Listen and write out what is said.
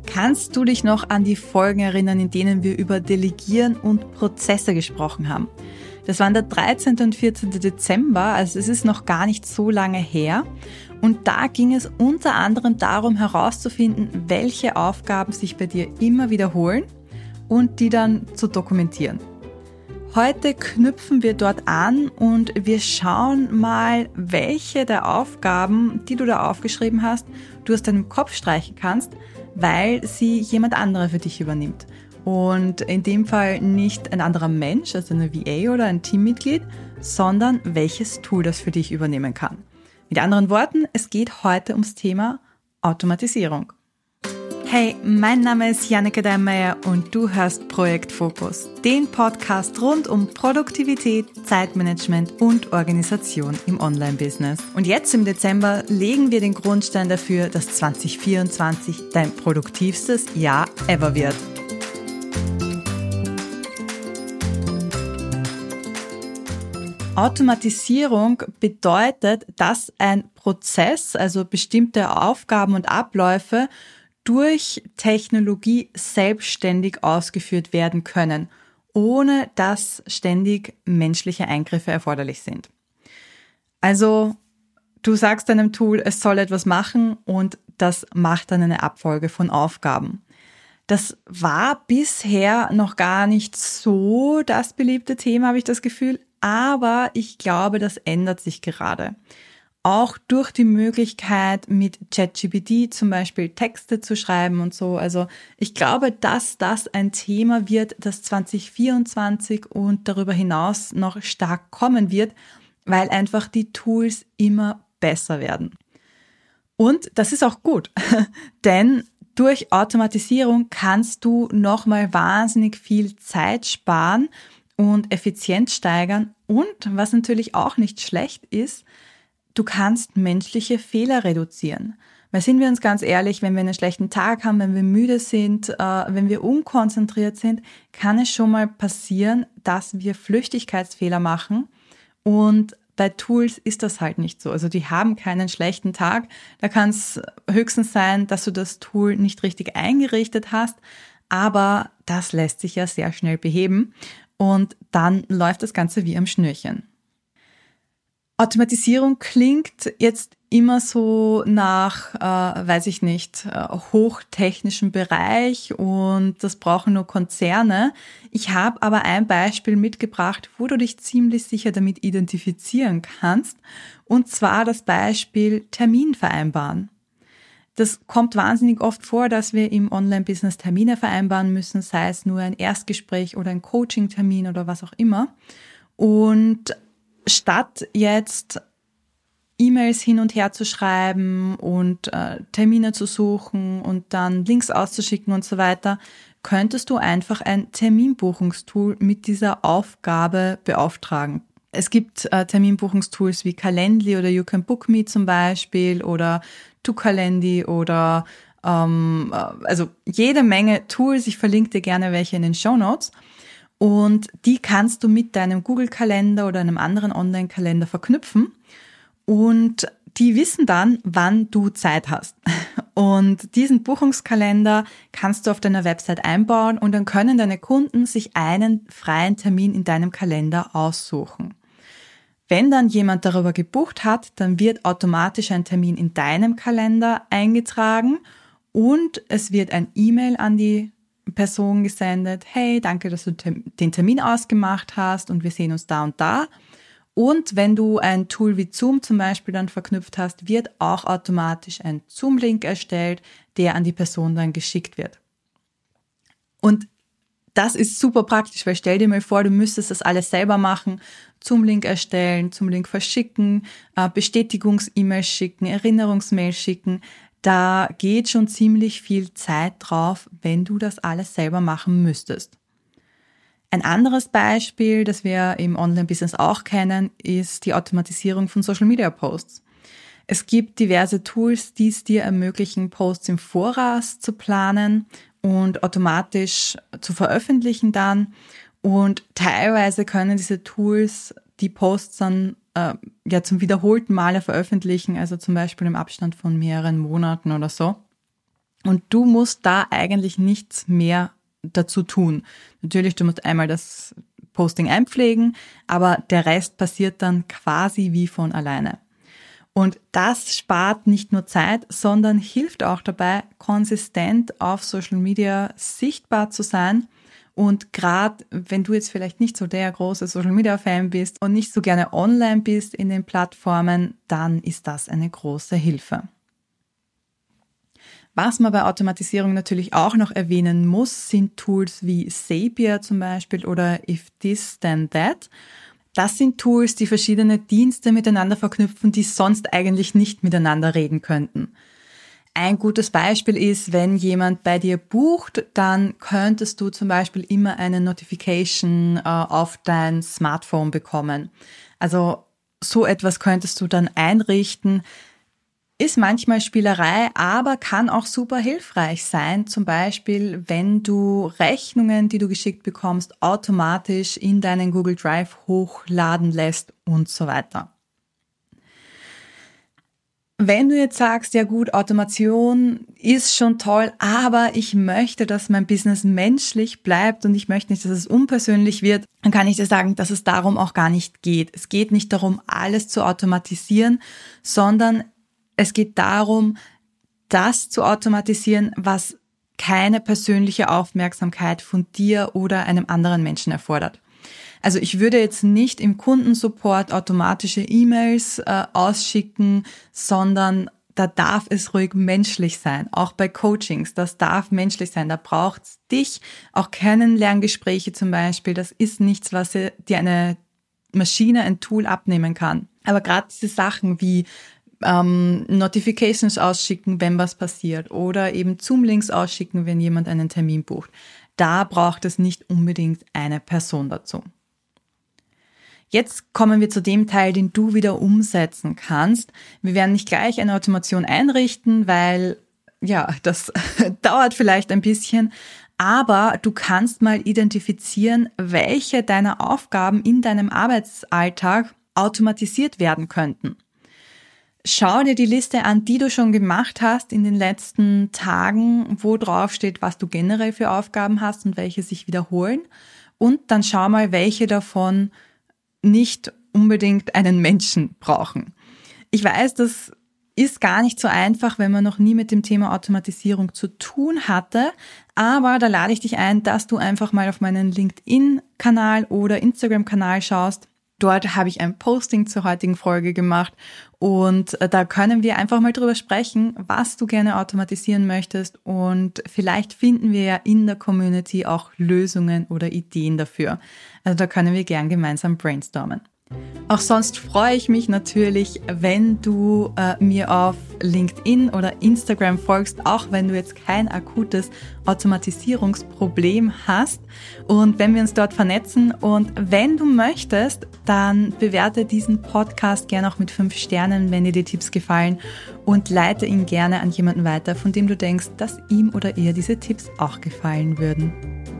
Kannst du dich noch an die Folgen erinnern, in denen wir über Delegieren und Prozesse gesprochen haben? Das waren der 13. und 14. Dezember, also es ist noch gar nicht so lange her. Und da ging es unter anderem darum herauszufinden, welche Aufgaben sich bei dir immer wiederholen und die dann zu dokumentieren. Heute knüpfen wir dort an und wir schauen mal, welche der Aufgaben, die du da aufgeschrieben hast, du aus deinem Kopf streichen kannst, weil sie jemand anderer für dich übernimmt. Und in dem Fall nicht ein anderer Mensch, also eine VA oder ein Teammitglied, sondern welches Tool das für dich übernehmen kann. Mit anderen Worten, es geht heute ums Thema Automatisierung. Hey, mein Name ist Janneke Deinmeier und du hörst Projekt Fokus, den Podcast rund um Produktivität, Zeitmanagement und Organisation im Online-Business. Und jetzt im Dezember legen wir den Grundstein dafür, dass 2024 dein produktivstes Jahr ever wird. Automatisierung bedeutet, dass ein Prozess, also bestimmte Aufgaben und Abläufe, durch Technologie selbstständig ausgeführt werden können, ohne dass ständig menschliche Eingriffe erforderlich sind. Also du sagst deinem Tool, es soll etwas machen und das macht dann eine Abfolge von Aufgaben. Das war bisher noch gar nicht so das beliebte Thema, habe ich das Gefühl, aber ich glaube, das ändert sich gerade. Auch durch die Möglichkeit, mit ChatGPT zum Beispiel Texte zu schreiben und so. Also ich glaube, dass das ein Thema wird, das 2024 und darüber hinaus noch stark kommen wird, weil einfach die Tools immer besser werden. Und das ist auch gut, denn durch Automatisierung kannst du nochmal wahnsinnig viel Zeit sparen und Effizienz steigern. Und was natürlich auch nicht schlecht ist, du kannst menschliche Fehler reduzieren. Weil sind wir uns ganz ehrlich, wenn wir einen schlechten Tag haben, wenn wir müde sind, wenn wir unkonzentriert sind, kann es schon mal passieren, dass wir Flüchtigkeitsfehler machen. Und bei Tools ist das halt nicht so. Also die haben keinen schlechten Tag. Da kann es höchstens sein, dass du das Tool nicht richtig eingerichtet hast. Aber das lässt sich ja sehr schnell beheben. Und dann läuft das Ganze wie am Schnürchen. Automatisierung klingt jetzt immer so nach, hochtechnischem Bereich und das brauchen nur Konzerne. Ich habe aber ein Beispiel mitgebracht, wo du dich ziemlich sicher damit identifizieren kannst, und zwar das Beispiel Termin vereinbaren. Das kommt wahnsinnig oft vor, dass wir im Online-Business Termine vereinbaren müssen, sei es nur ein Erstgespräch oder ein Coaching-Termin oder was auch immer. Und statt jetzt E-Mails hin und her zu schreiben und Termine zu suchen und dann Links auszuschicken und so weiter, könntest du einfach ein Terminbuchungstool mit dieser Aufgabe beauftragen. Es gibt Terminbuchungstools wie Calendly oder You Can Book Me zum Beispiel oder ToCalendy oder also jede Menge Tools. Ich verlinke dir gerne welche in den Shownotes. Und die kannst du mit deinem Google-Kalender oder einem anderen Online-Kalender verknüpfen und die wissen dann, wann du Zeit hast. Und diesen Buchungskalender kannst du auf deiner Website einbauen und dann können deine Kunden sich einen freien Termin in deinem Kalender aussuchen. Wenn dann jemand darüber gebucht hat, dann wird automatisch ein Termin in deinem Kalender eingetragen und es wird ein E-Mail an die Person gesendet, hey, danke, dass du den Termin ausgemacht hast und wir sehen uns da und da. Und wenn du ein Tool wie Zoom zum Beispiel dann verknüpft hast, wird auch automatisch ein Zoom-Link erstellt, der an die Person dann geschickt wird. Und das ist super praktisch, weil stell dir mal vor, du müsstest das alles selber machen, Zoom-Link erstellen, Zoom-Link verschicken, Bestätigungs-E-Mails schicken, Erinnerungsmails schicken. Da geht schon ziemlich viel Zeit drauf, wenn du das alles selber machen müsstest. Ein anderes Beispiel, das wir im Online-Business auch kennen, ist die Automatisierung von Social-Media-Posts. Es gibt diverse Tools, die es dir ermöglichen, Posts im Voraus zu planen und automatisch zu veröffentlichen dann. Und teilweise können diese Tools die Posts dann zum wiederholten Male veröffentlichen, also zum Beispiel im Abstand von mehreren Monaten oder so. Und du musst da eigentlich nichts mehr dazu tun. Natürlich, du musst einmal das Posting einpflegen, aber der Rest passiert dann quasi wie von alleine. Und das spart nicht nur Zeit, sondern hilft auch dabei, konsistent auf Social Media sichtbar zu sein. Und gerade wenn du jetzt vielleicht nicht so der große Social Media Fan bist und nicht so gerne online bist in den Plattformen, dann ist das eine große Hilfe. Was man bei Automatisierung natürlich auch noch erwähnen muss, sind Tools wie Zapier zum Beispiel oder If This Then That. Das sind Tools, die verschiedene Dienste miteinander verknüpfen, die sonst eigentlich nicht miteinander reden könnten. Ein gutes Beispiel ist, wenn jemand bei dir bucht, dann könntest du zum Beispiel immer eine Notification auf dein Smartphone bekommen. Also so etwas könntest du dann einrichten. Ist manchmal Spielerei, aber kann auch super hilfreich sein. Zum Beispiel, wenn du Rechnungen, die du geschickt bekommst, automatisch in deinen Google Drive hochladen lässt und so weiter. Wenn du jetzt sagst, ja gut, Automation ist schon toll, aber ich möchte, dass mein Business menschlich bleibt und ich möchte nicht, dass es unpersönlich wird, dann kann ich dir sagen, dass es darum auch gar nicht geht. Es geht nicht darum, alles zu automatisieren, sondern es geht darum, das zu automatisieren, was keine persönliche Aufmerksamkeit von dir oder einem anderen Menschen erfordert. Also ich würde jetzt nicht im Kundensupport automatische E-Mails ausschicken, sondern da darf es ruhig menschlich sein. Auch bei Coachings, das darf menschlich sein. Da braucht's dich, auch Kennenlerngespräche zum Beispiel. Das ist nichts, was dir eine Maschine, ein Tool abnehmen kann. Aber gerade diese Sachen wie Notifications ausschicken, wenn was passiert oder eben Zoom-Links ausschicken, wenn jemand einen Termin bucht. Da braucht es nicht unbedingt eine Person dazu. Jetzt kommen wir zu dem Teil, den du wieder umsetzen kannst. Wir werden nicht gleich eine Automation einrichten, weil ja, das dauert vielleicht ein bisschen, aber du kannst mal identifizieren, welche deiner Aufgaben in deinem Arbeitsalltag automatisiert werden könnten. Schau dir die Liste an, die du schon gemacht hast in den letzten Tagen, wo drauf steht, was du generell für Aufgaben hast und welche sich wiederholen. Und dann schau mal, welche davon nicht unbedingt einen Menschen brauchen. Ich weiß, das ist gar nicht so einfach, wenn man noch nie mit dem Thema Automatisierung zu tun hatte, aber da lade ich dich ein, dass du einfach mal auf meinen LinkedIn-Kanal oder Instagram-Kanal schaust. Dort habe ich ein Posting zur heutigen Folge gemacht und da können wir einfach mal drüber sprechen, was du gerne automatisieren möchtest und vielleicht finden wir ja in der Community auch Lösungen oder Ideen dafür. Also da können wir gern gemeinsam brainstormen. Auch sonst freue ich mich natürlich, wenn du mir auf LinkedIn oder Instagram folgst, auch wenn du jetzt kein akutes Automatisierungsproblem hast und wenn wir uns dort vernetzen. Und wenn du möchtest, dann bewerte diesen Podcast gerne auch mit 5 Sternen, wenn dir die Tipps gefallen und leite ihn gerne an jemanden weiter, von dem du denkst, dass ihm oder ihr diese Tipps auch gefallen würden.